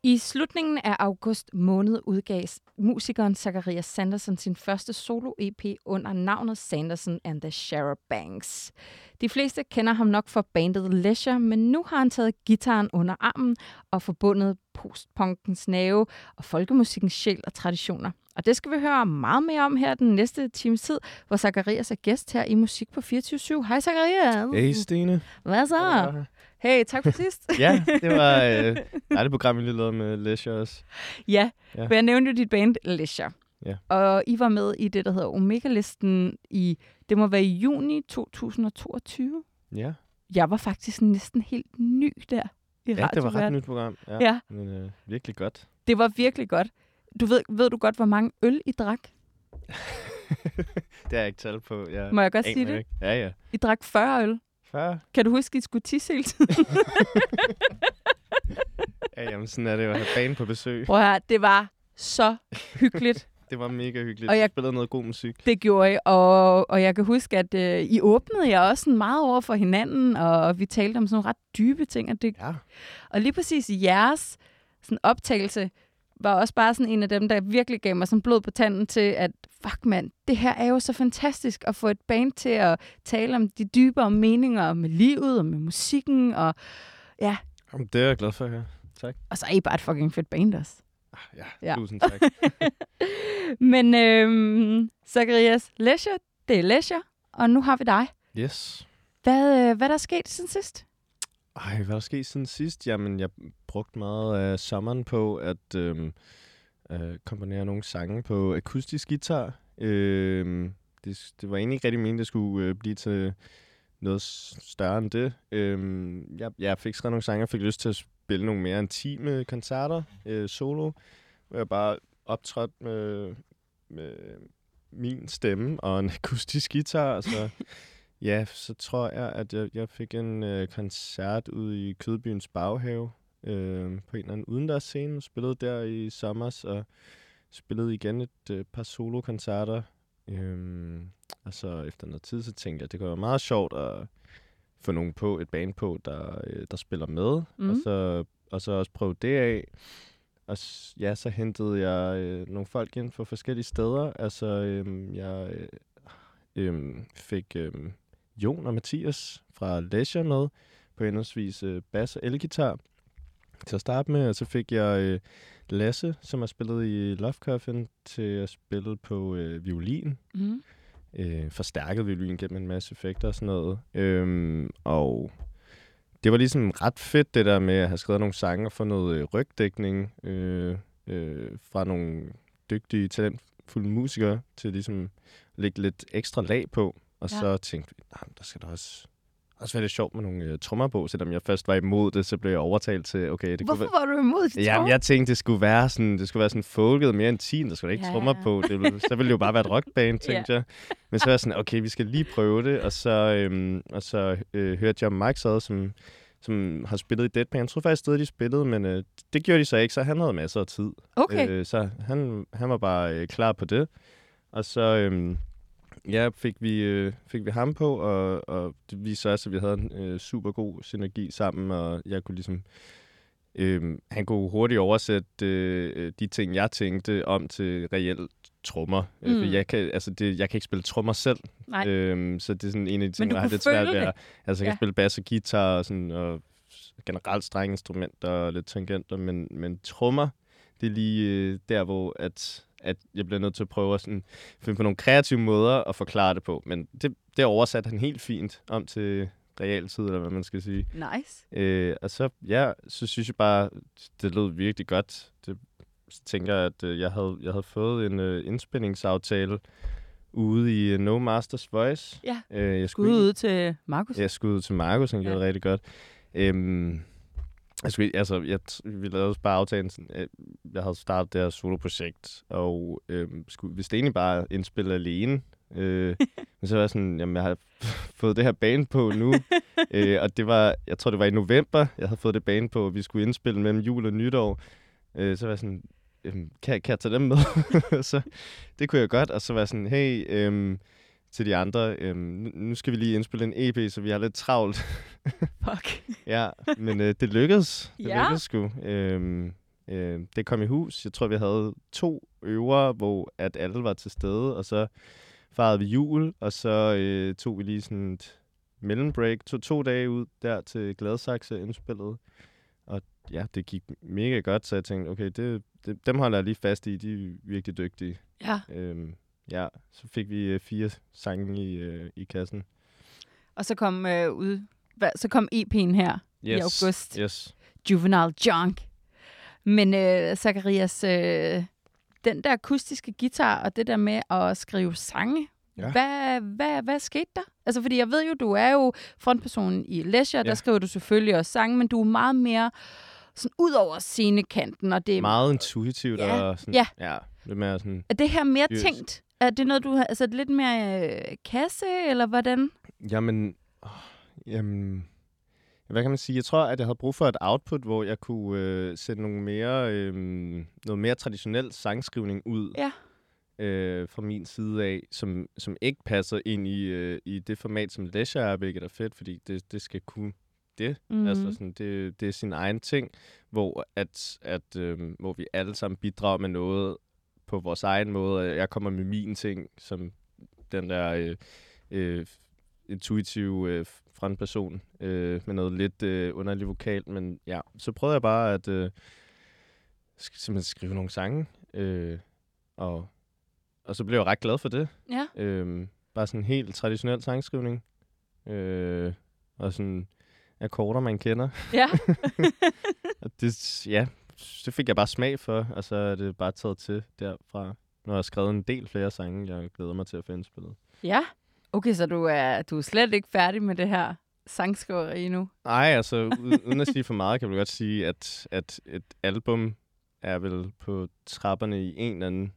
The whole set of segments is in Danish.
I slutningen af august måned udgav musikeren Zacharias Sanderson sin første solo-EP under navnet Sanderson and the Sharabanks. De fleste kender ham nok for bandet Leisure, men nu har han taget gitaren under armen og forbundet postpunkens nerve og folkemusikkens sjæl og traditioner. Og det skal vi høre meget mere om her den næste times tid, hvor Zacharias er gæst her i Musik på 24/7. Hej Zacharias! Hey Stine! Hvad så? Hey, tak for sidst. Ja, det var det program, vi lige lavede med Leisure også. Ja, for jeg nævnte jo dit band Leisure. Ja. Og I var med i det, der hedder Omega-listen det må være i juni 2022. Ja. Jeg var faktisk næsten helt ny der i Ja, det var et ret nyt program. Ja. Men virkelig godt. Det var virkelig godt. Ved du godt, hvor mange øl I drak? Det har jeg ikke tal på. Må jeg godt sige det? Ikke. Ja. I drak 40 øl. 40? Kan du huske, at I skulle tisse hele tiden? Ja, jamen sådan er det jo at have banen på besøg. Prøv her, det var så hyggeligt. Det var mega hyggeligt. Og jeg spillede noget god musik. Det gjorde I, og jeg kan huske, at I åbnede jer også sådan meget over for hinanden, og vi talte om sådan nogle ret dybe ting. Og lige præcis jeres sådan optagelse var også bare sådan en af dem, der virkelig gav mig sådan blod på tanden til, at fuck mand, det her er jo så fantastisk at få et band til at tale om de dybere meninger med livet og med musikken, og ja. Jamen, det er jeg glad for at høre. Tak. Og så er I bare et fucking fedt band også. Ja. Tusind tak. Men Zacharias, Leisure, det er Leisure, og nu har vi dig. Yes. Hvad der er sket siden sidst? Hvad der sket siden sidst? Jamen, jeg brugte meget af sommeren på at komponere nogle sange på akustisk guitar. Det var egentlig ikke rigtig meningen, det skulle blive til noget større end det. Jeg fik skrevet nogle sange, og fik lyst til at spille nogle mere intime koncerter solo, hvor jeg bare optrådte med min stemme og en akustisk guitar. Så, så tror jeg, at jeg fik en koncert ude i Kødbyens Baghave på en eller anden udendørsscene. Spillede der i sommer, og spillede igen et par solokoncerter. Og så efter noget tid, så tænkte jeg, at det kunne være meget sjovt at få nogen på, et band på, der spiller med. Og så også prøve det af. Og så hentede jeg nogle folk ind fra forskellige steder. Altså, jeg fik Jon og Mathias fra Leisure med på henholdsvis bas og elgitar til at starte med. Og så fik jeg Lasse, som har spillet i Love Coffin, til at spille på violin. Forstærket violin gennem en masse effekter og sådan noget. Og det var ligesom ret fedt, det der med at have skrevet nogle sange og få noget rygdækning fra nogle dygtige, talentfulde musikere til ligesom lægge lidt ekstra lag på. Og så tænkte vi, der skal der også være lidt sjovt med nogle trommer på. Selvom jeg først var imod det, så blev jeg overtalt til, okay... Hvorfor var du imod de trommer? Jamen, jeg tænkte, det skulle være sådan folket, mere intimt. Der skulle ikke trommer på. Så ville det jo bare være et rockband, tænkte jeg. Men så var jeg sådan, okay, vi skal lige prøve det. Og så hørte jeg Mike Sad, som har spillet i Deadpan. Jeg tror faktisk stadig, de spillede, men det gjorde de så ikke, så han havde masser af tid. Okay. Så han var bare klar på det. Og så fik vi ham på, og det viste også, at vi havde en super god synergi sammen, og jeg kunne ligesom... han kunne hurtigt oversætte de ting, jeg tænkte om til reelt trommer. For jeg kan ikke spille trommer selv. Så det er sådan en af de ting, jeg har lidt svært ved. Altså, jeg kan spille bass og guitar og, sådan, og generelt strengeinstrumenter og lidt tangenter, men trommer, det er lige der, hvor at jeg bliver nødt til at prøve at sådan, finde på nogle kreative måder at forklare det på. Men det oversatte han helt fint om til realtid, eller hvad man skal sige. Nice. Og så synes jeg bare, det lød virkelig godt. Så tænker jeg, at jeg havde fået en indspændingsaftale ude i No Masters Voice. Ja, skud ud til Markus. Ja, skud ud til Markus, han gjorde det rigtig godt. Vi lavede også bare aftalen, jeg havde startet det her soloprojekt, og hvis det egentlig bare indspille alene, men så var jeg sådan, jamen jeg har fået det her band på nu, og det var, jeg tror det var i november, jeg havde fået det band på, og vi skulle indspille mellem jul og nytår, så var jeg sådan, kan jeg tage dem med? Så det kunne jeg godt, og så var jeg sådan, hey, til de andre, nu skal vi lige indspille en EP, så vi har lidt travlt. Fuck. Ja, men det lykkedes. Det lykkedes sgu. det kom i hus. Jeg tror, vi havde 2 øver, hvor at alle var til stede, og så farede vi jul, og så tog vi lige sådan et mellembreak. Tog 2 dage ud der til Gladsaxe indspillet, og ja, det gik mega godt, så jeg tænkte, okay, dem holder jeg lige fast i, de er virkelig dygtige. Ja. Ja, så fik vi 4 sange i kassen. Og så kom så kom EP'en her i august. Yes. Juvenile Junk. Men Zacharias, den der akustiske guitar og det der med at skrive sange, hvad skete der? Altså, fordi jeg ved jo, du er jo frontpersonen i Leisure, der skriver du selvfølgelig også sange, men du er meget mere sådan ud over scenekanten. Og det er meget intuitivt og sådan, lidt mere sådan... Er det her mere tænkt? Er det noget, du har... Altså, er det lidt mere kasse, eller hvordan? Jamen, hvad kan man sige? Jeg tror, at jeg havde brug for et output, hvor jeg kunne sætte noget mere traditionel sangskrivning ud fra min side af, som ikke passer ind i det format, som Leisure er, hvilket er fedt, fordi det skal kunne det. Mm-hmm. Altså sådan, det er sin egen ting, hvor vi alle sammen bidrager med noget på vores egen måde. Jeg kommer med min ting, som den der intuitive frontperson med noget lidt underlig vokal, men ja, så prøvede jeg bare at simpelthen skrive nogle sange, og så blev jeg ret glad for det. Ja. Bare sådan helt traditionel sangskrivning, og sådan akkorder, man kender. Ja. Og det fik jeg bare smag for, og så er det bare taget til derfra. Nu har jeg skrevet en del flere sange, jeg glæder mig til at få indspillet. Ja. Okay, så du er slet ikke færdig med det her sangskriveri endnu? Nej, altså uden at sige for meget, kan jeg godt sige, at et album er vel på trapperne i en eller anden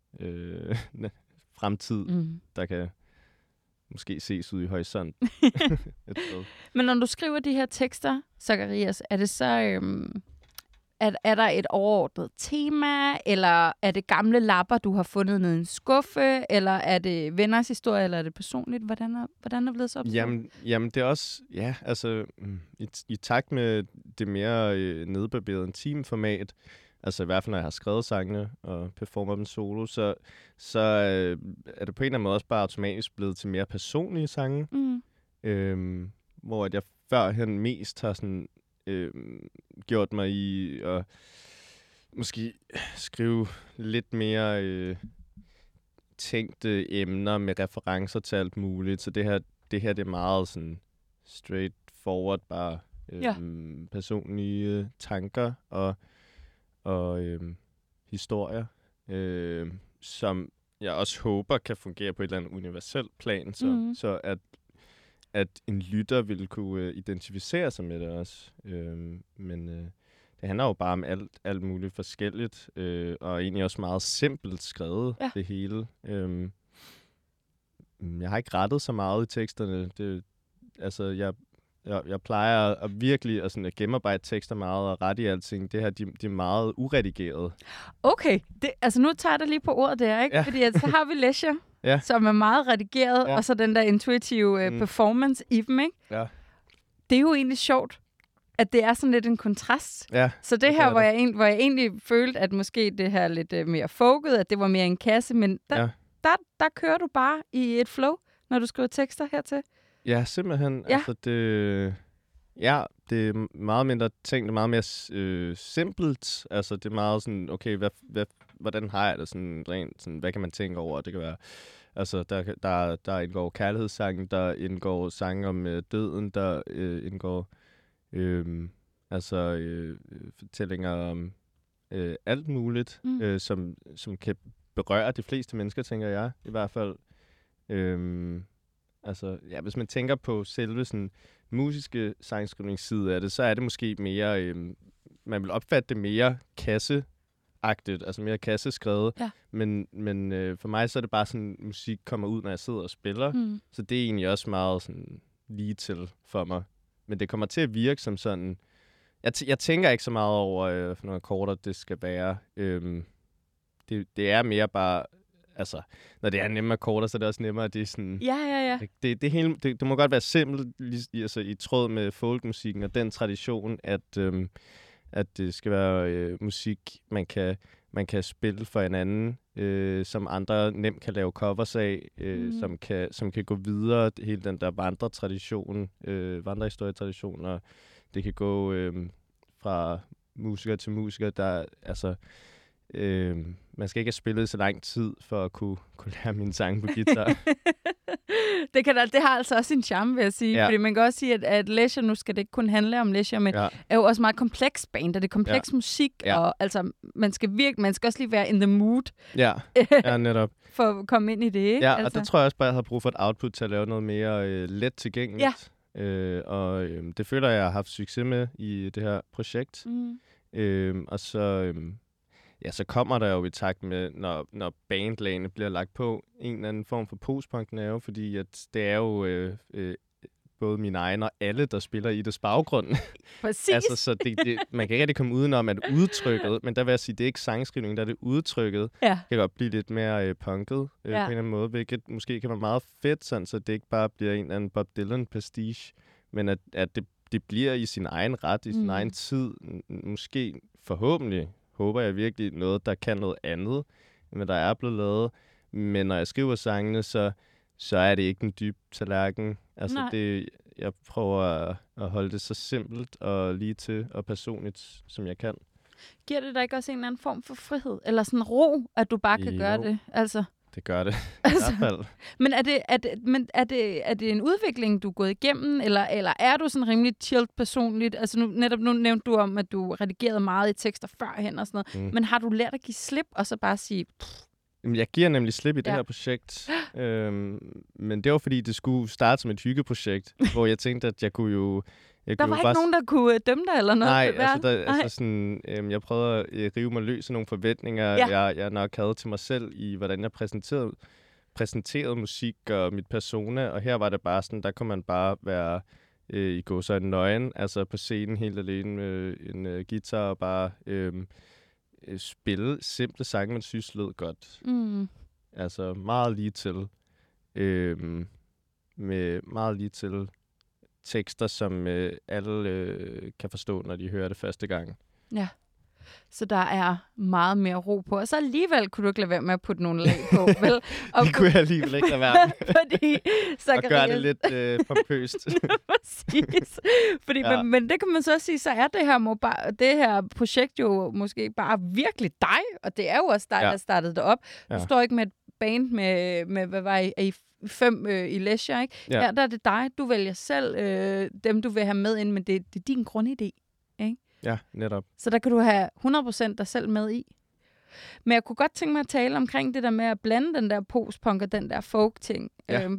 fremtid, der kan måske ses ud i horisont. Men når du skriver de her tekster, Zacharias, er det så... Er der et overordnet tema, eller er det gamle lapper, du har fundet ned i en skuffe, eller er det venners historie, eller er det personligt? Hvordan er det blevet så opstået? Jamen, det er også, ja, altså, i takt med det mere nedbarberede intimformat, altså i hvert fald, når jeg har skrevet sangene og performer dem solo, så er det på en eller anden måde også bare automatisk blevet til mere personlige sange, hvor at jeg førhen mest har sådan gjort mig i at måske skrive lidt mere tænkte emner med referencer til alt muligt. Så det her det er meget sådan straight forward, bare personlige tanker og historier, som jeg også håber kan fungere på et eller andet universelt plan, så at en lytter ville kunne identificere sig med det også. Men det handler jo bare om alt muligt forskelligt, og egentlig også meget simpelt skrevet, det hele. Jeg har ikke rettet så meget i teksterne. Jeg plejer at virkelig at gennemarbejde tekster meget og rette i alting. Det her, de er meget uredigeret. Okay, altså nu tager jeg dig lige på ordet der, ikke? Ja. Fordi så har vi Leisure, som er meget redigeret, og så den der intuitive performance i dem, ikke? Ja. Det er jo egentlig sjovt, at det er sådan lidt en kontrast. Ja, så det her, hvor jeg egentlig følte, at måske det her lidt mere folket, at det var mere en kasse, men der kører du bare i et flow, når du skriver tekster hertil. Ja, simpelthen. Ja. Altså det er meget mindre tænkt, det er meget mere simpelt. Altså det er meget sådan, okay, hvordan har jeg det sådan rent, sådan, hvad kan man tænke over? Det kan være, altså der indgår kærlighedssange, der indgår sange om døden, der indgår fortællinger om alt muligt, som kan berøre de fleste mennesker, tænker jeg i hvert fald. Altså, ja, hvis man tænker på selve sådan musiske sangskrivningsside af det, så er det måske mere, man vil opfatte det mere kasseagtigt, altså mere kasseskrevet. Ja. Men for mig så er det bare sådan, musik kommer ud, når jeg sidder og spiller. Så det er egentlig også meget sådan lige til for mig. Men det kommer til at virke som sådan, jeg tænker ikke så meget over, for nogle akkorder det skal være. Det er mere bare, altså, når det er nemme akkorder, så er det også nemmere, at det er sådan... Ja. Det må godt være simpelt, altså, i tråd med folkmusikken og den tradition, at at det skal være musik, man kan spille for hinanden, som andre nemt kan lave covers af, som kan gå videre, hele den der vandrehistorietradition, og det kan gå fra musiker til musiker, der altså man skal ikke have spillet så lang tid for at kunne lære mine sange på guitar. Det har altså også sin charme, vil jeg sige. Ja. Fordi man kan også sige, at Leisure, nu skal det ikke kun handle om Leisure, men er jo også meget kompleks band, og det er kompleks musik, og altså, man skal også lige være in the mood. Ja, netop. For at komme ind i det, ikke? Ja, altså. Og der tror jeg også bare, at jeg havde brug for et output til at lave noget mere let tilgængeligt. Ja. Det føler jeg har haft succes med i det her projekt. Og så... så kommer der jo i takt med, når bandlagene bliver lagt på, en eller anden form for postpunk, fordi at det er jo både mine egne og alle, der spiller i det baggrunden. Præcis. Altså, så man kan ikke rigtig komme udenom, at udtrykket, men der vil jeg sige, det er ikke sangskrivning, der er det udtrykket, kan godt blive lidt mere punket på en eller anden måde, hvilket måske kan være meget fedt, sådan, så det ikke bare bliver en eller anden Bob Dylan-pastiche, men at det bliver i sin egen ret, i sin egen tid, måske forhåbentlig, håber jeg virkelig noget, der kan noget andet, end der er blevet lavet. Men når jeg skriver sangene, så er det ikke en dyb tallerken. Altså jeg prøver at holde det så simpelt og lige til og personligt, som jeg kan. Giver det dig ikke også en eller anden form for frihed? Eller sådan ro, at du bare kan gøre det? Altså. Det gør det, i hvert fald. Men er det en udvikling, du er gået igennem, eller er du sådan rimelig chilled personligt? Altså nu nævnte du om, at du redigerede meget i tekster førhen og sådan noget. Men har du lært at give slip, og så bare sige... Jeg giver nemlig slip i det her projekt. Men det var, fordi det skulle starte som et hyggeprojekt, hvor jeg tænkte, at jeg kunne jo... Der var ikke nogen, der kunne dømme dig eller noget? Nej, jeg prøvede at rive mig løs af nogle forventninger, jeg nok havde til mig selv i, hvordan jeg præsenterede musik og mit persona. Og her var det bare sådan, der kunne man bare være i gåseøjne nøgen, altså på scenen helt alene med en guitar og bare spille simple sange, man synes lød godt. Altså meget lige til. Med meget lige til tekster, som alle kan forstå, når de hører det første gang. Ja. Så der er meget mere ro på. Og så alligevel kunne du ikke lade være med at putte nogle lag på, vel? Det kunne jeg alligevel ikke lade være med. Fordi og gøre det lidt pompøst. Præcis. Fordi, men det kan man så også sige, så er det her projekt jo måske bare virkelig dig, og det er jo også dig, der startede det op. Du står ikke med et band med hvad var I 5 i Leisure, ikke? Ja. Der er det dig, du vælger selv dem, du vil have med ind, men det er din grundidé, ikke? Ja, netop. Så der kan du have 100% dig selv med i. Men jeg kunne godt tænke mig at tale omkring det der med at blande den der postpunk og den der folk-ting. Ja.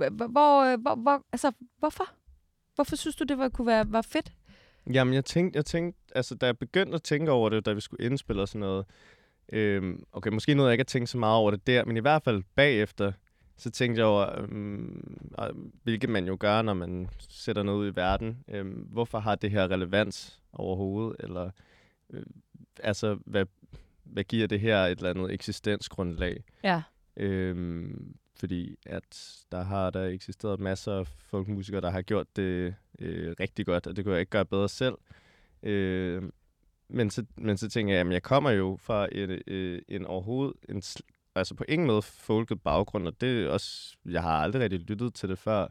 Hvorfor? Hvorfor synes du, det kunne være fedt? Jamen, jeg tænkte, altså da jeg begyndte at tænke over det, da vi skulle indspille og sådan noget, okay, måske noget, jeg ikke har tænkt så meget over det der, men i hvert fald bagefter, så tænkte jeg over, hvilket man jo gør, når man sætter noget ud i verden. Hvorfor har det her relevans overhovedet? Eller altså, hvad giver det her et eller andet eksistensgrundlag? Ja. Fordi at der har eksisteret masser af folkmusikere, der har gjort det rigtig godt, og det kunne jeg ikke gøre bedre selv. Men så tænker jeg, at jeg kommer jo fra altså på ingen måde folket baggrund, og det er også, jeg har aldrig rigtig lyttet til det før.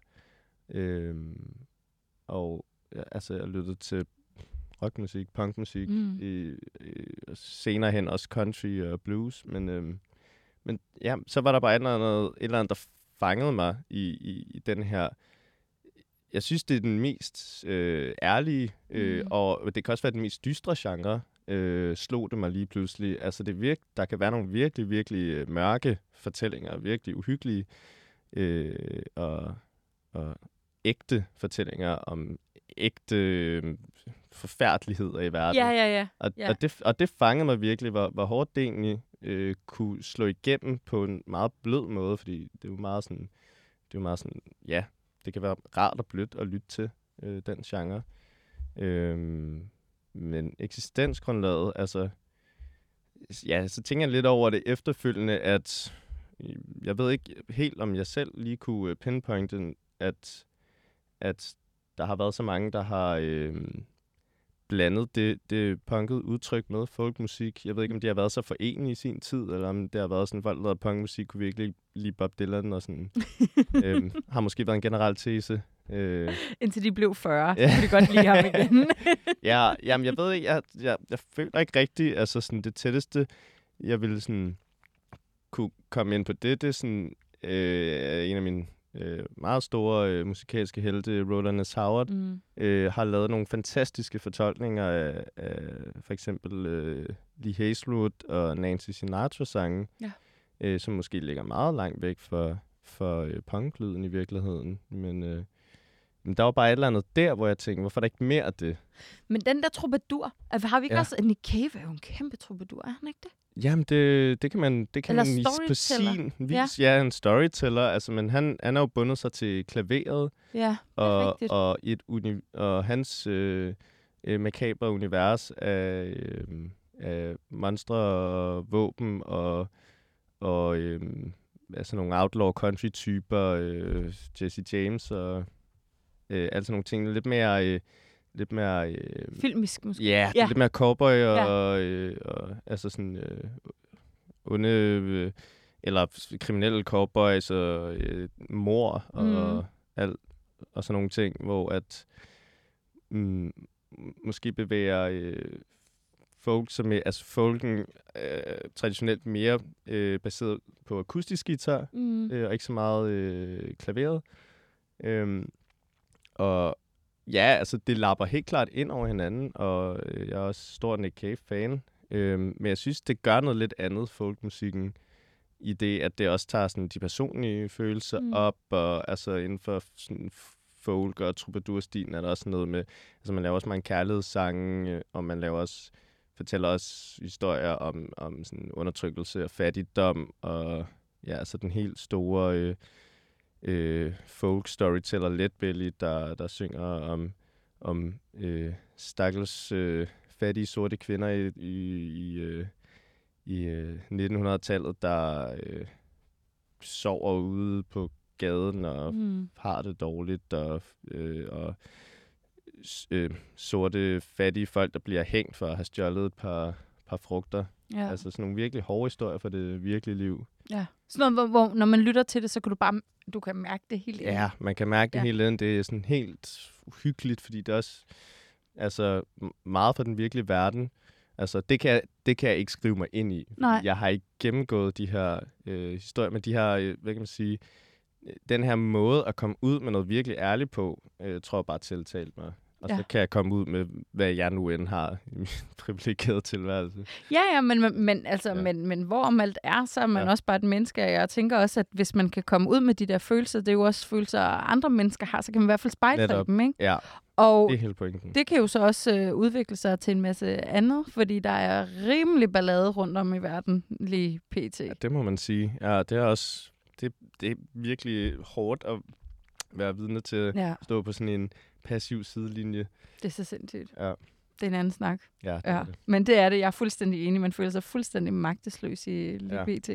Og altså, jeg lyttede til rockmusik, punkmusik, senere hen også country og blues, men ja, så var der bare et eller andet, der fangede mig i den her. Jeg synes, det er den mest ærlige, og det kan også være den mest dystre genre, slog det mig lige pludselig. Altså, der kan være nogle virkelig, virkelig mørke fortællinger, virkelig uhyggelige og ægte fortællinger om ægte forfærdeligheder i verden. Ja. Og det fangede mig virkelig, hvor hårdt det egentlig kunne slå igennem på en meget blød måde, fordi det er jo meget sådan, ja, det kan være rart og blødt at lytte til den genre. Men eksistensgrundlaget, altså, ja, så tænker jeg lidt over det efterfølgende, at jeg ved ikke helt, om jeg selv lige kunne pinpointe, at der har været så mange, der har blandet det punkede udtryk med folkmusik. Jeg ved ikke, om de har været så forenige i sin tid, eller om det har været sådan, folk, der lavede punkmusik, kunne virkelig lide Bob Dylan og sådan. Har måske været en generel tese. Indtil de blev 40, så kunne de godt lide ham igen. Jamen, jeg ved ikke, jeg føler ikke rigtigt, altså sådan det tætteste, jeg ville sådan kunne komme ind på det er sådan en af mine meget store musikalske helte, Roland S. Howard, har lavet nogle fantastiske fortolkninger af for eksempel Lee Hazlewood og Nancy Sinatra-sange, som måske ligger meget langt væk for punklyden i virkeligheden. Men der var bare et eller andet der, hvor jeg tænkte, hvorfor er der ikke mere af det? Men den der troubadour, har vi ikke også... Nick Cave er jo en kæmpe troubadour, er han ikke det? Jamen, det kan man vise på sin vis. Ja, en storyteller. Altså, men han er jo bundet sig til klaveret. Ja, og hans makabre univers af monstre og våben og altså nogle outlaw country-typer, Jesse James og altså nogle ting lidt mere filmisk måske. Ja, lidt mere cowboy og altså sådan onde eller kriminelle cowboys og mord og alt og sådan nogle ting, hvor at måske bevæger folk som altså folken traditionelt mere baseret på akustisk guitar og ikke så meget klaveret. Og ja, altså det lapper helt klart ind over hinanden, og jeg er også stor Nick Cave-fan. Men jeg synes, det gør noget lidt andet, folkmusikken, i det, at det også tager sådan de personlige følelser op, og altså inden for sådan folk og troubadour-stilen er der også noget med, altså man laver også mange kærlighedssange, og man laver også, fortæller også historier om sådan undertrykkelse og fattigdom, og ja, altså den helt store folk storyteller Leadbelly, der synger om stakkels fattige sorte kvinder i 1900-tallet, der sover ude på gaden og har det dårligt, og sorte fattige folk, der bliver hængt for at have stjålet et par frugter. Ja. Altså sådan nogle virkelig hårde historier for det virkelige liv. Ja. Sådan noget, hvor når man lytter til det, så kan du kan mærke det helt ind. Ja, man kan mærke det helt ind. Det er sådan helt uhyggeligt, fordi det er også altså meget fra den virkelige verden. Altså det kan jeg ikke skrive mig ind i. Nej. Jeg har ikke gennemgået de her historier, men de her, hvad kan man sige, den her måde at komme ud med noget virkelig ærligt på, tror jeg bare tiltalt mig. Og så kan jeg komme ud med, hvad jeg nu end har i min privilegerede tilværelse. Ja, men hvorom alt er, så er man også bare et menneske. Og jeg tænker også, at hvis man kan komme ud med de der følelser, det er jo også følelser, andre mennesker har, så kan man i hvert fald spejle dem, ikke? Ja, og det er hele pointen. Det kan jo så også udvikle sig til en masse andet, fordi der er rimelig ballade rundt om i verden lige pt. Ja, det må man sige. Ja, det er også det er virkelig hårdt at være vidne til at stå på sådan en passiv sidelinje. Det er så sindssygt. Ja. Det er en anden snak. Ja, det er det. Men det er det. Jeg er fuldstændig enig. Man føler sig fuldstændig magtesløs i LGBT.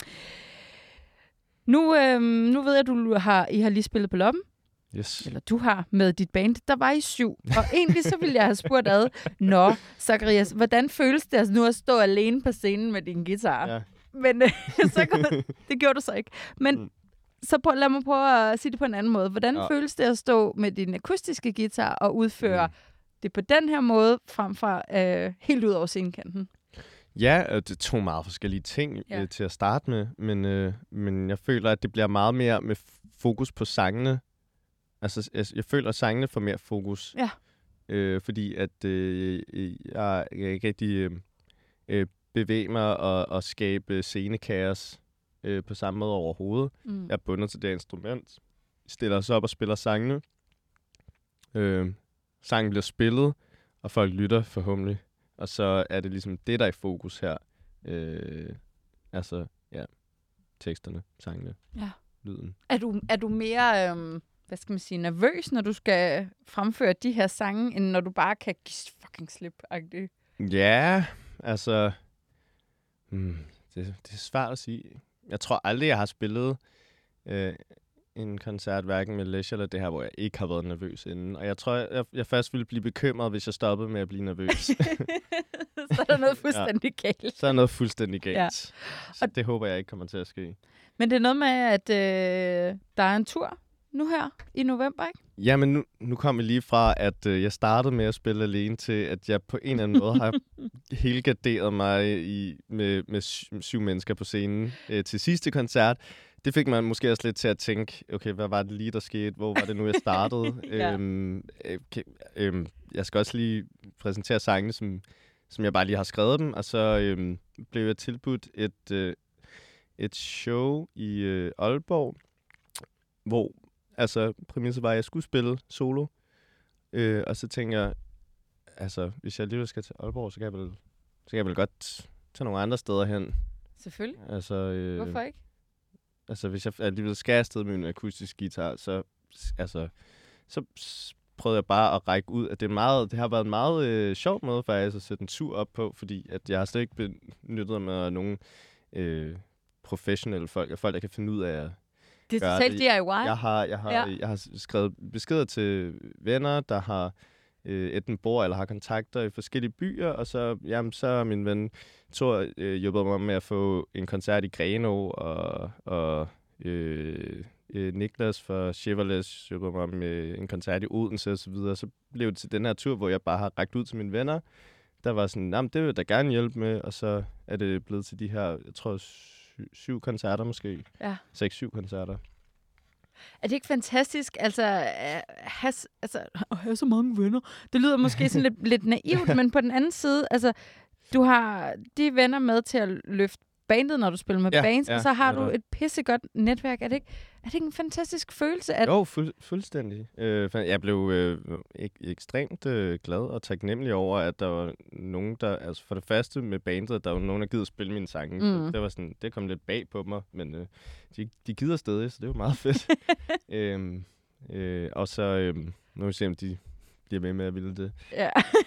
Nu ved jeg, at I har lige spillet på Loppen. Yes. Eller du har med dit band. Der var I 7. Og egentlig så ville jeg have spurgt Zacharias, hvordan føles det nu at stå alene på scenen med din guitar? Ja. Men det gjorde du så ikke. Men så lad mig prøve at sige det på en anden måde. Hvordan føles det at stå med din akustiske guitar og udføre det på den her måde, frem for helt ud over scenekanten? Ja, det er 2 meget forskellige ting til at starte med, men jeg føler, at det bliver meget mere med fokus på sangene. Altså, jeg føler, at sangene får mere fokus. Ja. Fordi at jeg ikke rigtig bevæge mig og skabe scenekaos på samme måde overhovedet. Jeg er bundet til det instrument. Stiller os op og spiller sangene. Sangen bliver spillet, og folk lytter forhåbentlig. Og så er det ligesom det, der er i fokus her. Teksterne, sangene, lyden. Er du mere, hvad skal man sige, nervøs, når du skal fremføre de her sange, end når du bare kan give fucking slip-agtigt? Ja, altså... det er svært at sige. Jeg tror aldrig, jeg har spillet en koncert, hverken med Leisure eller det her, hvor jeg ikke har været nervøs inden. Og jeg tror, jeg først ville blive bekymret, hvis jeg stoppede med at blive nervøs. Så er der noget fuldstændig galt. Så er noget fuldstændig galt. Ja. Så det håber jeg ikke kommer til at ske. Men det er noget med, at der er en tur nu her i november, ikke? Ja, men nu kom vi lige fra, at jeg startede med at spille alene til, at jeg på en eller anden måde har helgarderet mig med 7 mennesker på scenen til sidste koncert. Det fik man måske også lidt til at tænke, okay, hvad var det lige, der skete? Hvor var det nu, jeg startede? Jeg skal også lige præsentere sangene, som jeg bare lige har skrevet dem, og så blev jeg tilbudt et show i Aalborg, hvor præmisset var, at jeg skulle spille solo, og så tænkte jeg, hvis jeg alligevel skal til Aalborg, så kan jeg vel godt tage nogle andre steder hen. Selvfølgelig. Hvorfor ikke? Hvis jeg alligevel skal afsted med en akustisk guitar, så prøvede jeg bare at række ud. At det har været en meget sjov måde faktisk at sætte en tur op på, fordi at jeg har slet ikke benyttet mig af nogen professionelle folk, der kan finde ud af at det er totalt DIY. Jeg har skrevet beskeder til venner, der har enten bor eller har kontakter i forskellige byer, og så har min ven Thor hjulpet mig med at få en koncert i Grenaa, og Niklas fra Chevrolet hjulpet mig med en koncert i Odense og så videre. Så blev det til den her tur, hvor jeg bare har rækket ud til mine venner. Der var sådan, det vil jeg da gerne hjælpe med, og så er det blevet til de her, jeg tror 7 koncerter måske. Ja. 6-7 koncerter. Er det ikke fantastisk, at have så mange venner? Det lyder måske sådan lidt naivt, men på den anden side, du har de venner med til at løfte bandet, når du spiller med bands, og så har du et pissegodt netværk. Er det ikke en fantastisk følelse? Jo, fuldstændig. Jeg blev ekstremt glad og taknemmelig over, at der var nogen, der... for det første med bandet, der var nogen, der gider spille mine sange. Det var sådan, det kom lidt bag på mig, men de gider stadig, så det var meget fedt. Og så... nu vil vi se, om de bliver med at ville det. Ja.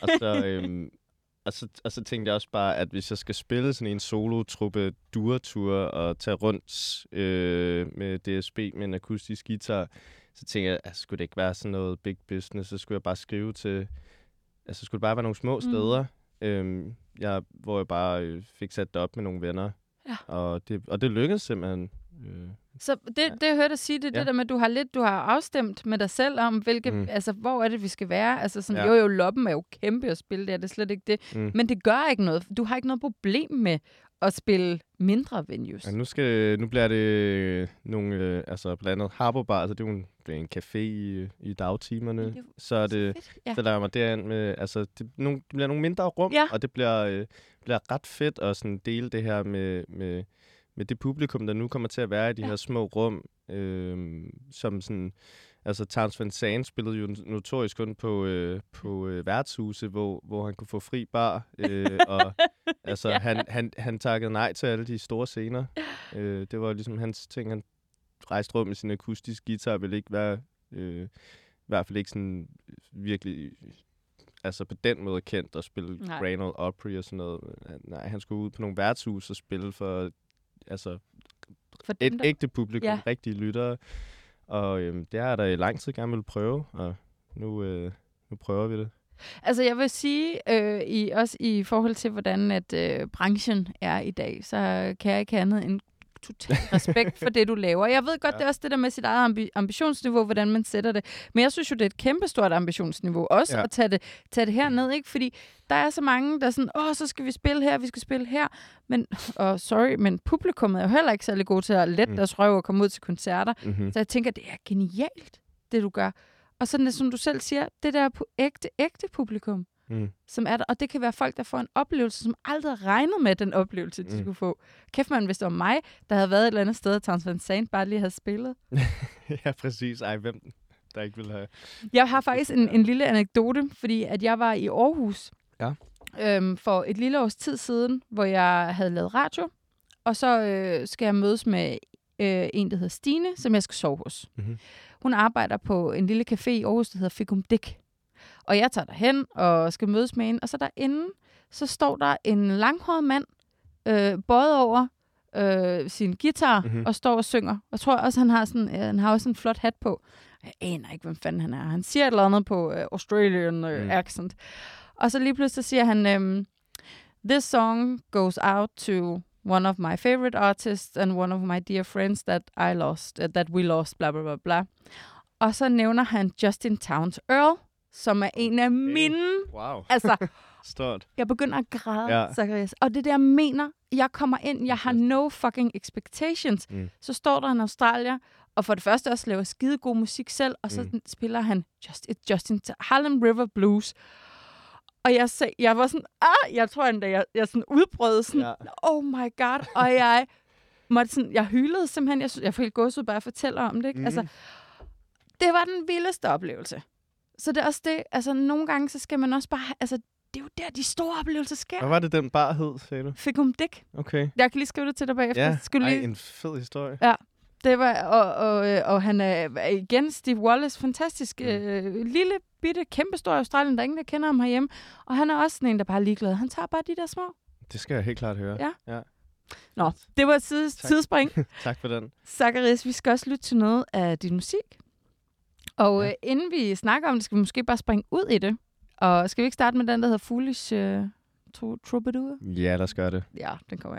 Og så tænkte jeg også bare, at hvis jeg skal spille sådan en solo-truppe duo-tur og tage rundt med DSB med en akustisk guitar, så tænkte jeg, at skulle det ikke være sådan noget big business, så skulle jeg bare skrive til... skulle det bare være nogle små steder, hvor jeg bare fik sat det op med nogle venner. Ja. Og det lykkedes simpelthen. Så det jeg hørte dig sige, det der med, at du har afstemt med dig selv om, hvor er det, vi skal være. Jo, Loppen er jo kæmpe at spille, det er slet ikke det. Men det gør ikke noget. Du har ikke noget problem med at spille mindre venues. Ja, nu bliver det nogle, blandt andet Harbour Bar, det er jo en café i dagtimerne. Så er det, så lader mig derind med, det bliver nogle mindre rum, og det bliver ret fedt at sådan dele det her med det publikum, der nu kommer til at være i de her små rum, som sådan... Townes Van Zandt spillede jo notorisk kun på værtshuse, hvor han kunne få fri bar, han takkede nej til alle de store scener. Det var ligesom hans ting, han rejste rundt med sin akustisk guitar, ville ikke være, i hvert fald ikke sådan virkelig, på den måde kendt at spille Grand Ole Opry og sådan noget. Nej, han skulle ud på nogle værtshus og spille for et ægte publikum, rigtige lyttere. Og det har jeg da i lang tid gerne vil prøve, og nu prøver vi det. Jeg vil sige, også i forhold til, hvordan at branchen er i dag, så kan jeg ikke andet end total respekt for det, du laver. Jeg ved godt, det er også det der med sit eget ambitionsniveau, hvordan man sætter det. Men jeg synes jo, det er et kæmpestort ambitionsniveau også at tage det herned, ikke? Fordi der er så mange, der er sådan, så skal vi spille her, vi skal spille her. Men publikummet er jo heller ikke særlig god til at lette deres røv og komme ud til koncerter. Mm-hmm. Så jeg tænker, det er genialt, det du gør. Og sådan det, som du selv siger, det der på ægte publikum, som er der. Og det kan være folk, der får en oplevelse, som aldrig regnede med den oplevelse, de skulle få. Kæft man, hvis det var mig, der havde været et eller andet sted, og Townes Van Zandt bare lige havde spillet. Ja, præcis. Hvem der ikke ville have... Jeg har faktisk en lille anekdote, fordi at jeg var i Aarhus for et lille års tid siden, hvor jeg havde lavet radio, og så skal jeg mødes med en, der hedder Stine, som jeg skal sove hos. Mm-hmm. Hun arbejder på en lille café i Aarhus, der hedder Fikum Dick. Og jeg tager derhen og skal mødes med hende, og så derinde, så står der en langhåret mand, bøjet over, sin guitar og står og synger. Jeg tror også, han har også en flot hat på. Jeg aner ikke, hvem fanden han er. Han siger et eller andet på Australian accent. Og så lige pludselig siger han, this song goes out to one of my favorite artists and one of my dear friends that we lost, bla bla bla bla. Og så nævner han Justin Townes Earl, som er en af mine... Wow. Altså, stort. Jeg begynder at græde, Zacharias. Og det der mener, jeg kommer ind, jeg har no fucking expectations. Så står der en australier, og for det første også laver skide god musik selv, og så spiller han Justin Harlem River Blues. Og jeg var sådan, jeg tror endda, jeg sådan udbrød sådan, oh my god, og jeg måtte sådan, jeg hylede simpelthen, jeg fik gåsud bare at fortælle om det, ikke? Altså, det var den vildeste oplevelse. Så det er også det, altså nogle gange, så skal man også bare, altså, det er jo der, de store oplevelser sker. Hvad var det, den bar hed, sagde du? Fikum Dick. Okay. Jeg kan lige skrive det til dig bagefter. Ja, en fed historie. Ja, det var, og han er igen, Steve Wallace, fantastisk, lille, bitte, kæmpestor Australien, der er ingen, der kender ham herhjemme. Og han er også sådan en, der bare er ligeglad. Han tager bare de der små. Det skal jeg helt klart høre. Ja. Nå, det var et tidsspring. Tak for den. Zacharias, vi skal også lytte til noget af din musik. Og inden vi snakker om det, skal vi måske bare springe ud i det. Og skal vi ikke starte med den, der hedder Foolish Troubadour? Ja, lad os gøre det. Ja, den kommer her.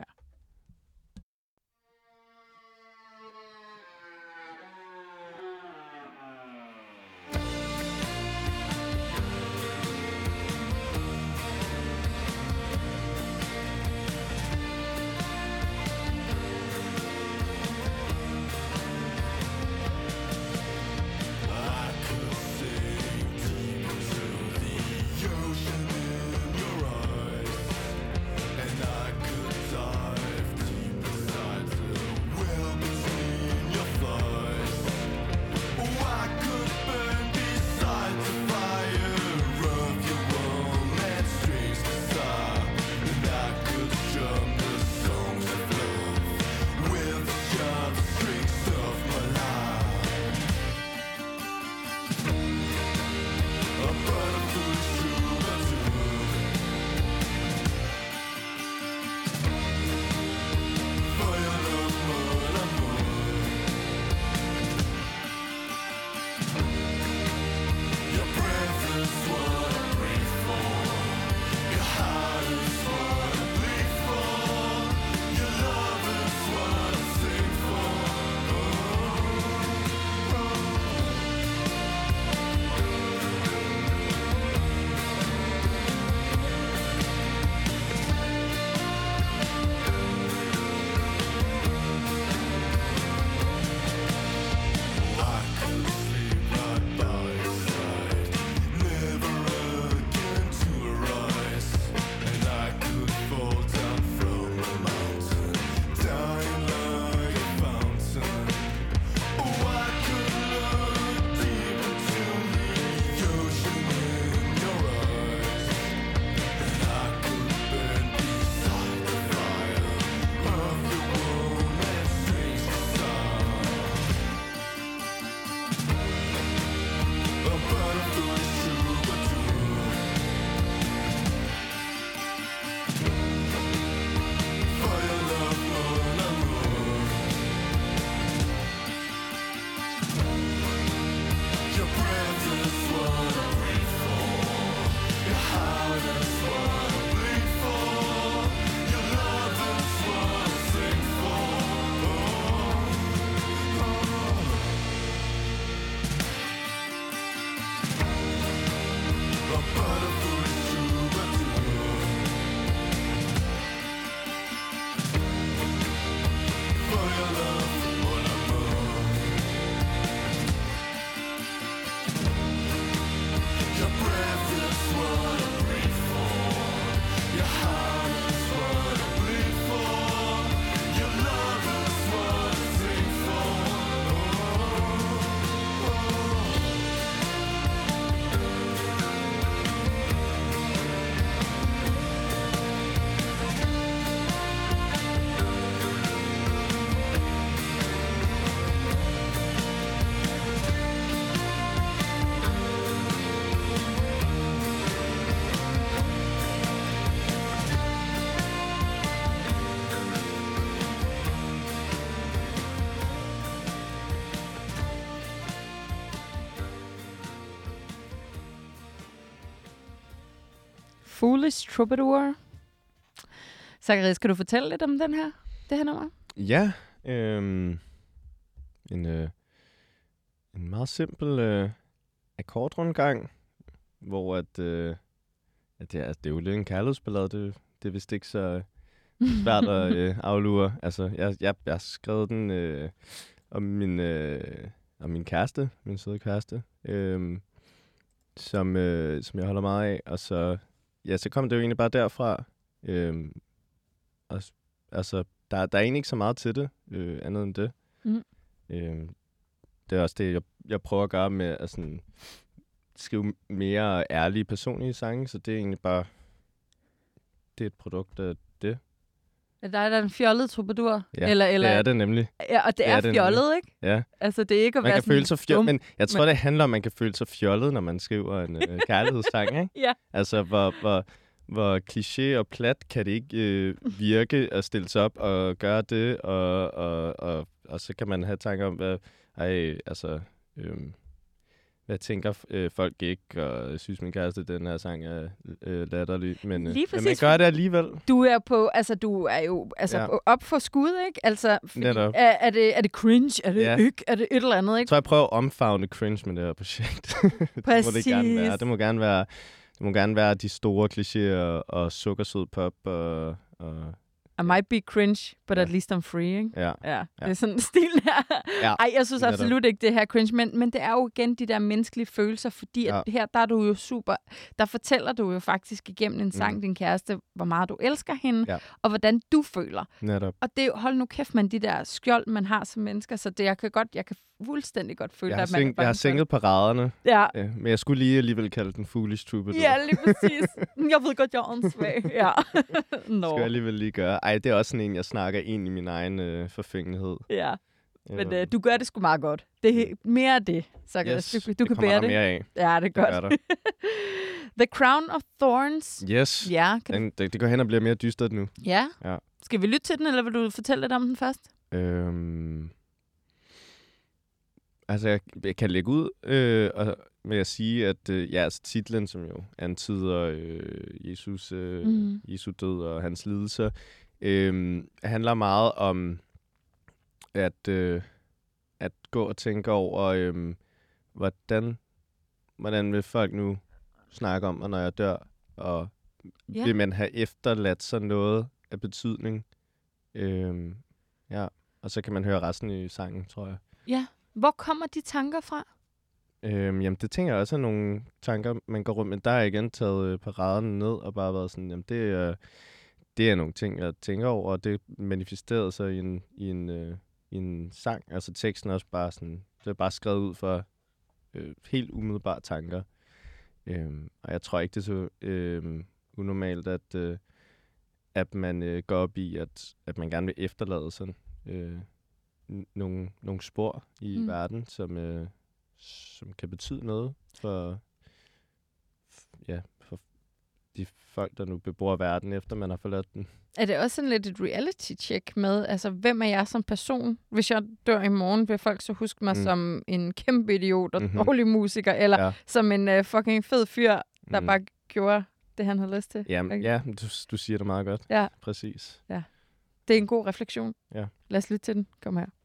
Foolish Troubadour. Zacharias, kan du fortælle lidt om det her nummer? Ja, en meget simpel akkordrundgang, hvor det er jo lidt en kærlighedsballade. Det er vist ikke så svært at aflure. Altså, jeg har skrevet den om min kæreste, min søde kæreste, som jeg holder meget af. Og så kom det jo egentlig bare derfra. Altså, der er egentlig ikke så meget til det, andet end det. Det er også det, jeg prøver at gøre med at sådan, skrive mere ærlige, personlige sange, så det er egentlig bare det er et produkt af det. Er der en fjollet troubadour? Ja, eller, det er det nemlig. Ja, og det er fjollet, ikke? Ja. Altså, det er ikke at man være kan føle sig dum. men jeg tror, det handler om, at man kan føle sig fjollet, når man skriver en kærlighedssang, ikke? Ja. Altså, hvor kliché og plat kan det ikke virke at stille sig op og gøre det, og så kan man have tanker om, hvad tænker folk ikke, og jeg synes, min kæreste, den her sang er latterlig, men man gør det alligevel. Du er jo op for skud, ikke? Altså, er det cringe? Er det ikke? Er det et eller andet, ikke? Så jeg prøver at omfavne cringe med det her projekt. Præcis. Det må gerne være de store klichéer og sukkersød pop og I might be cringe, but at least I'm free, ikke? Ja. Det er sådan en stil her. Ja. Ej, jeg synes absolut ikke, det her cringe, men det er jo igen de der menneskelige følelser, fordi at her, der er du jo super, der fortæller du jo faktisk igennem en sang, din kæreste, hvor meget du elsker hende, og hvordan du føler. Netop. Og det er jo, hold nu kæft, man, de der skjold, man har som mennesker, så det, jeg kan fuldstændig godt føle, at man... Jeg har sænket paraderne, men jeg skulle lige alligevel kalde den Foolish Troubadour. Ja, lige præcis. Jeg ved godt, jeg er åndssvag. Ja. Skal jeg alligevel lige gøre. Ej, det er også sådan en, jeg snakker ind i min egen forfængelighed. Ja, men du gør det sgu meget godt. Det er mere af det, så du kan bære det. Mere af. Ja, det er godt. The Crown of Thorns. Yes. Ja, det går hen og bliver mere dystert nu. Ja. Skal vi lytte til den, eller vil du fortælle lidt om den først? Altså, jeg kan lægge ud med at sige, at titlen, som jo antyder Jesu død og hans lidelser, handler meget om at gå og tænke over, hvordan vil folk nu snakke om mig, når jeg dør, og vil man have efterladt sig noget af betydning. Og så kan man høre resten i sangen, tror jeg. Ja. Hvor kommer de tanker fra? Jamen, det tænker jeg også er nogle tanker, man går rundt med. Der er igen taget paraderne ned og bare været sådan, jamen, det er nogle ting, jeg tænker over, og det manifesterede sig i en sang. Altså teksten er også bare sådan, det er bare skrevet ud for helt umiddelbare tanker. Og jeg tror ikke, det er så unormalt, at man går op i, at man gerne vil efterlade sådan nogle spor i verden, som kan betyde noget for de folk, der nu bebor verden, efter man har forladt den. Er det også sådan lidt et reality-check med, altså, hvem er jeg som person? Hvis jeg dør i morgen, vil folk så huske mig som en kæmpe idiot og dårlig musiker, eller som en fucking fed fyr, der bare gjorde det, han havde lyst til? Jamen, ja, du siger det meget godt. Ja. Præcis. Ja. Det er en god refleksion. Ja. Lad os lytte til den. Kom her.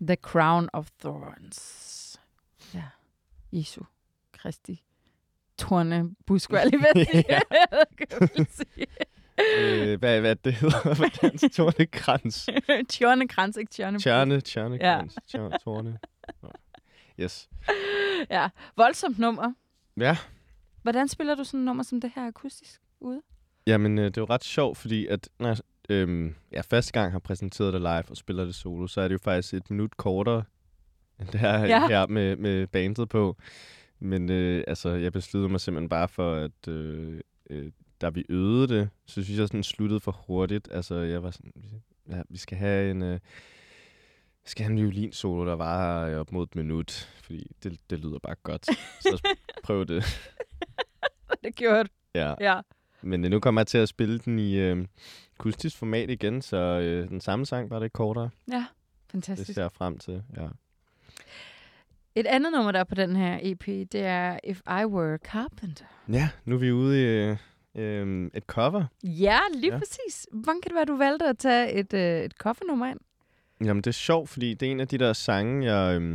The Crown of Thorns. Ja. Jesu Kristi. Tornebusk, lige ved at sige. Hvad det hedder på dansk? Tornekrans. Tjørnekrans, ikke tjørnebusk. Tjørnekrans. Torne. Yes. Ja, voldsomt nummer. Ja. Hvordan spiller du sådan et nummer som det her akustisk ude? Jamen, det er jo ret sjovt, fordi at når jeg første gang har præsenteret det live og spiller det solo, så er det jo faktisk 1 minut kortere, end det her med bandet på. Men jeg besluttede mig simpelthen bare for, at da vi øvede det, så synes jeg sådan sluttede for hurtigt. Altså, jeg var sådan, vi skal have en violinsolo, der var op mod 1 minut, fordi det lyder bare godt. Så prøv det. Det gjorde du. Ja. Men nu kommer jeg til at spille den i akustisk format igen, så den samme sang, bare det kortere. Ja, fantastisk. Det ser jeg frem til, ja. Et andet nummer, der er på den her EP, det er If I Were a Carpenter. Ja, nu er vi ude i et cover. Ja, lige præcis. Hvordan kan det være, du valgte at tage et covernummer ind? Jamen, det er sjovt, fordi det er en af de der sange, jeg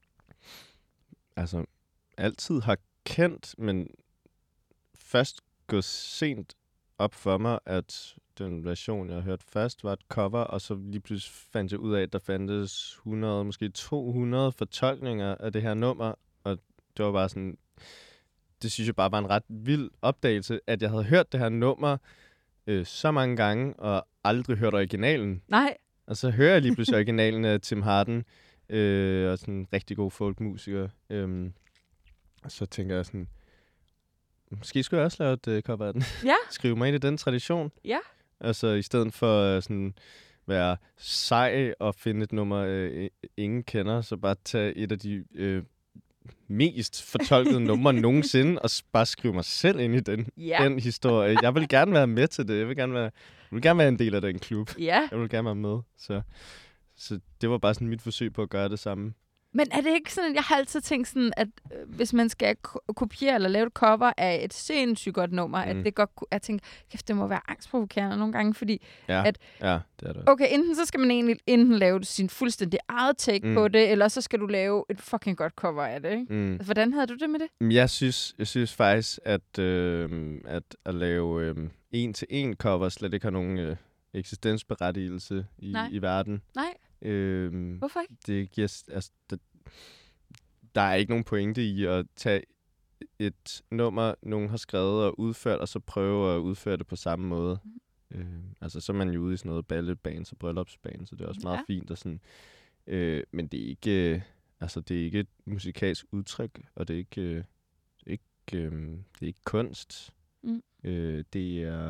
altid har kendt, men først gået sent op for mig, at den version, jeg hørte først, var et cover, og så lige pludselig fandt jeg ud af, at der fandtes 100, måske 200 fortolkninger af det her nummer, og det var bare sådan, det synes jeg bare var en ret vild opdagelse, at jeg havde hørt det her nummer så mange gange, og aldrig hørt originalen. Nej. Og så hører jeg lige pludselig originalen af Tim Harden, og sådan en rigtig god folkmusiker. Og så tænker jeg sådan, måske skulle jeg også lave et cover af den. Ja. Skrive mig ind i den tradition. Ja. Altså i stedet for sådan være sej og finde et nummer, ingen kender, så bare tage et af de mest fortolkede numre nogensinde, og bare skrive mig selv ind i den historie. Jeg vil gerne være med til det. Jeg vil gerne være en del af den klub. Ja. Jeg vil gerne være med. Så det var bare sådan mit forsøg på at gøre det samme. Men er det ikke sådan, at jeg har altid tænkt sådan, at hvis man skal kopiere eller lave et cover af et sindssygt godt nummer, at det godt kunne, jeg tænker, kæft, det må være angstprovokerende nogle gange, fordi ja, det er det. Okay, enten så skal man enten lave sin fuldstændig eget take på det, eller så skal du lave et fucking godt cover af det, ikke? Hvordan havde du det med det? Jeg synes faktisk, at at lave en-til-en cover slet ikke har nogen eksistensberettigelse i verden. Nej. Hvorfor ikke? Det giver, der er ikke nogen pointe i at tage et nummer, nogen har skrevet og udført, og så prøve at udføre det på samme måde. Så er man jo ude i sådan noget balletbands og bryllupsbands, så det er også meget fint. Og sådan, men det er ikke, det er ikke et musikalsk udtryk, og det er ikke kunst. Det er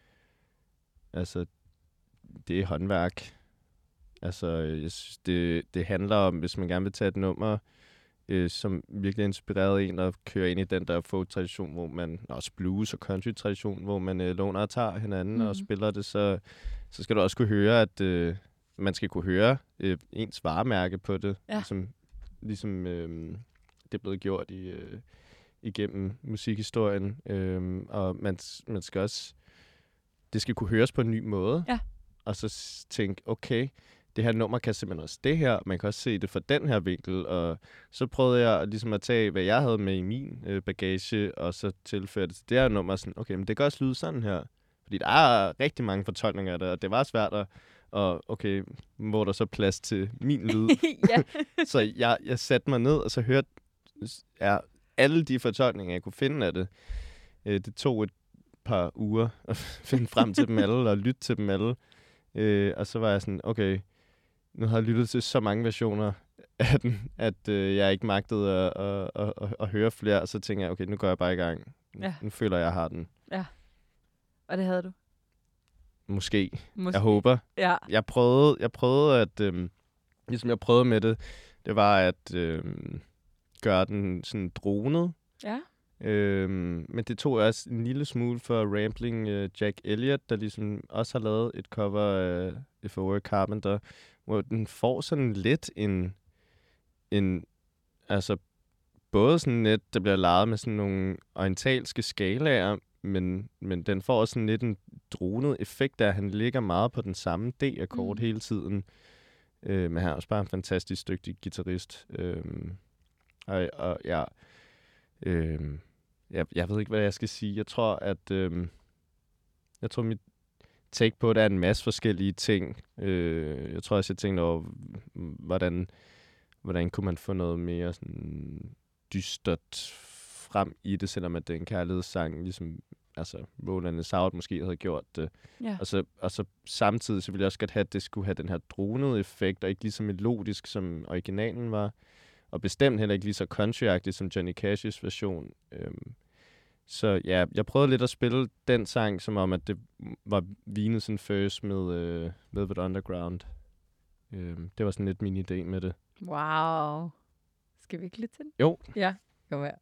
det er håndværk. Jeg synes, det handler om, hvis man gerne vil tage et nummer, som virkelig inspirerede en, og køre ind i den der folk-tradition, hvor man, også blues- og country-tradition, hvor man låner og tager hinanden og spiller det, så skal du også kunne høre, at man skal kunne høre ens varemærke på det, ligesom det er blevet gjort igennem musikhistorien. Og man skal også, det skal kunne høres på en ny måde. Ja. Og så tænke, okay, det her nummer kan simpelthen også det her. Man kan også se det fra den her vinkel. Og så prøvede jeg ligesom at tage, hvad jeg havde med i min bagage, og så tilføre det til det her nummer. Sådan, okay, men det kan også lyde sådan her. Fordi der er rigtig mange fortolkninger af det, og det var svært at, okay, hvor der så plads til min lyd. Så jeg satte mig ned, og så hørte alle de fortolkninger, jeg kunne finde af det. Det tog et par uger at finde frem til dem alle, og lytte til dem alle. Og så var jeg sådan, okay, nu har jeg lyttet til så mange versioner af den, at jeg ikke magtede at høre flere, og så tænker jeg, okay, nu går jeg bare i gang. Nu føler jeg har den. Ja. Og det havde du? Måske. Jeg håber. Ja. Jeg prøvede at, ligesom jeg prøvede med det, det var at gøre den sådan dronet. Ja. Men det tog også en lille smule for Rambling Jack Elliott, der ligesom også har lavet et cover af If I Were a Carpenter, hvor den får sådan lidt en både sådan lidt, der bliver leget med sådan nogle orientalske skalaer, men den får også sådan lidt en dronet effekt, der han ligger meget på den samme D-akkord hele tiden. Men han er også bare en fantastisk dygtig guitarist. Og jeg ved ikke, hvad jeg skal sige. Jeg tror, at mit take på det er en masse forskellige ting. Jeg tror også, jeg tænkte over, hvordan kunne man få noget mere sådan dystert frem i det, selvom at det er en kærlighedssang, ligesom Roland Saut måske havde gjort det. Ja. Og så samtidig så ville jeg også godt have, at det skulle have den her dronede effekt, og ikke lige så melodisk, som originalen var. Og bestemt heller ikke lige så country-agtigt som Johnny Cash's version. Så ja, jeg prøvede lidt at spille den sang, som om, at det var Venus in Furs med Velvet Underground. Det var sådan lidt min idé med det. Wow. Skal vi ikke lidt til den? Jo. Ja, kom her.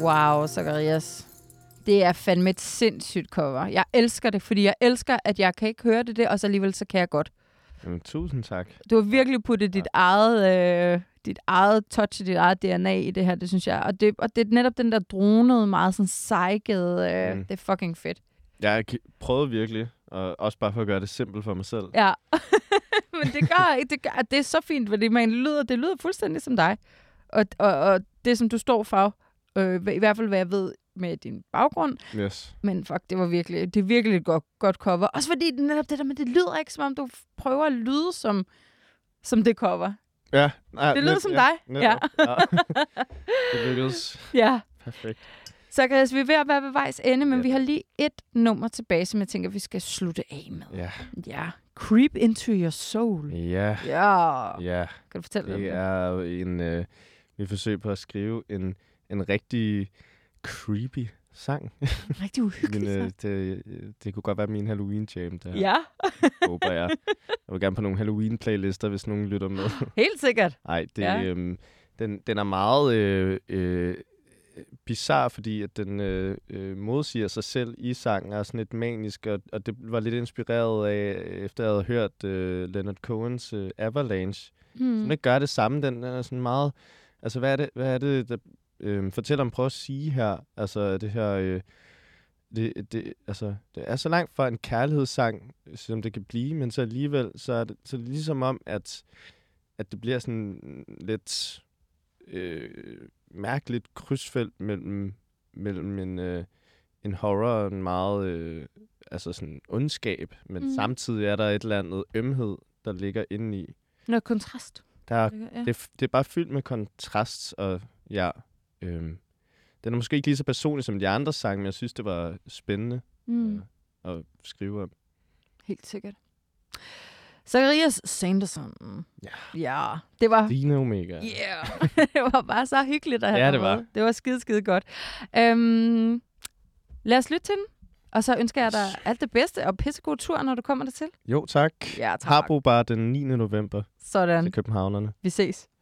Wow, Zacharias. Det er fandme et sindssygt cover. Jeg elsker det, fordi jeg elsker, at jeg kan ikke høre det, og så alligevel så kan jeg godt. Jamen, tusind tak. Du har virkelig puttet dit eget touch, dit eget DNA i det her, det synes jeg. Og det er netop den der dronede, meget sådan sejkede, det er fucking fedt. Jeg prøvede virkelig, og også bare for at gøre det simpelt for mig selv. Ja, men det er så fint, fordi det lyder fuldstændig som dig. Og det, som du står for, i hvert fald hvad jeg ved med din baggrund. Yes. Men fuck, det er virkelig et godt cover. Også fordi netop det der med, det lyder ikke, som om du prøver at lyde som det cover. Ja. Det lyder som dig. Ja. Det lykkedes. Ja. Perfekt. Så kan vi er ved at være ved vejs ende, men vi har lige et nummer tilbage, som jeg tænker, vi skal slutte af med. Ja. Ja. Creep into your soul. Ja. Ja. Ja. Kan du fortælle det? Det er jo vi forsøger på at skrive en rigtig creepy sang. Rigtig uhyggelig sang. Det kunne godt være min Halloween-jam. Ja. Håber jeg. Jeg vil gerne på nogle Halloween-playlister, hvis nogen lytter med. Helt sikkert. Nej, den er meget bizarre, fordi at den modsiger sig selv i sangen, er sådan lidt manisk, og det var lidt inspireret af, efter jeg havde hørt Leonard Cohens Avalanche. Som ikke gør det samme. Den er sådan meget... Altså, hvad er det der fortæller om, prøv at sige her, altså det her, altså, det er så langt fra en kærlighedssang, som det kan blive, men så alligevel, så er det ligesom om, at det bliver sådan lidt mærkeligt krydsfelt mellem en horror og en meget, altså sådan ondskab, men samtidig er der et eller andet ømhed, der ligger inde i. Noget kontrast. Det er bare fyldt med kontrast, og ja, den er måske ikke lige så personlig som de andre sange, men jeg synes, det var spændende at skrive om. Helt sikkert. Zacharias Sanderson. Ja. Det var... Dine Omega. Yeah. Det var bare så hyggeligt at have det var. Det var skide godt. Lad os lytte til den. Og så ønsker jeg dig alt det bedste og pissegod tur, når du kommer dertil. Jo, tak. Ja, tak. Harbo bare den 9. november. Sådan. Til københavnerne. Vi ses.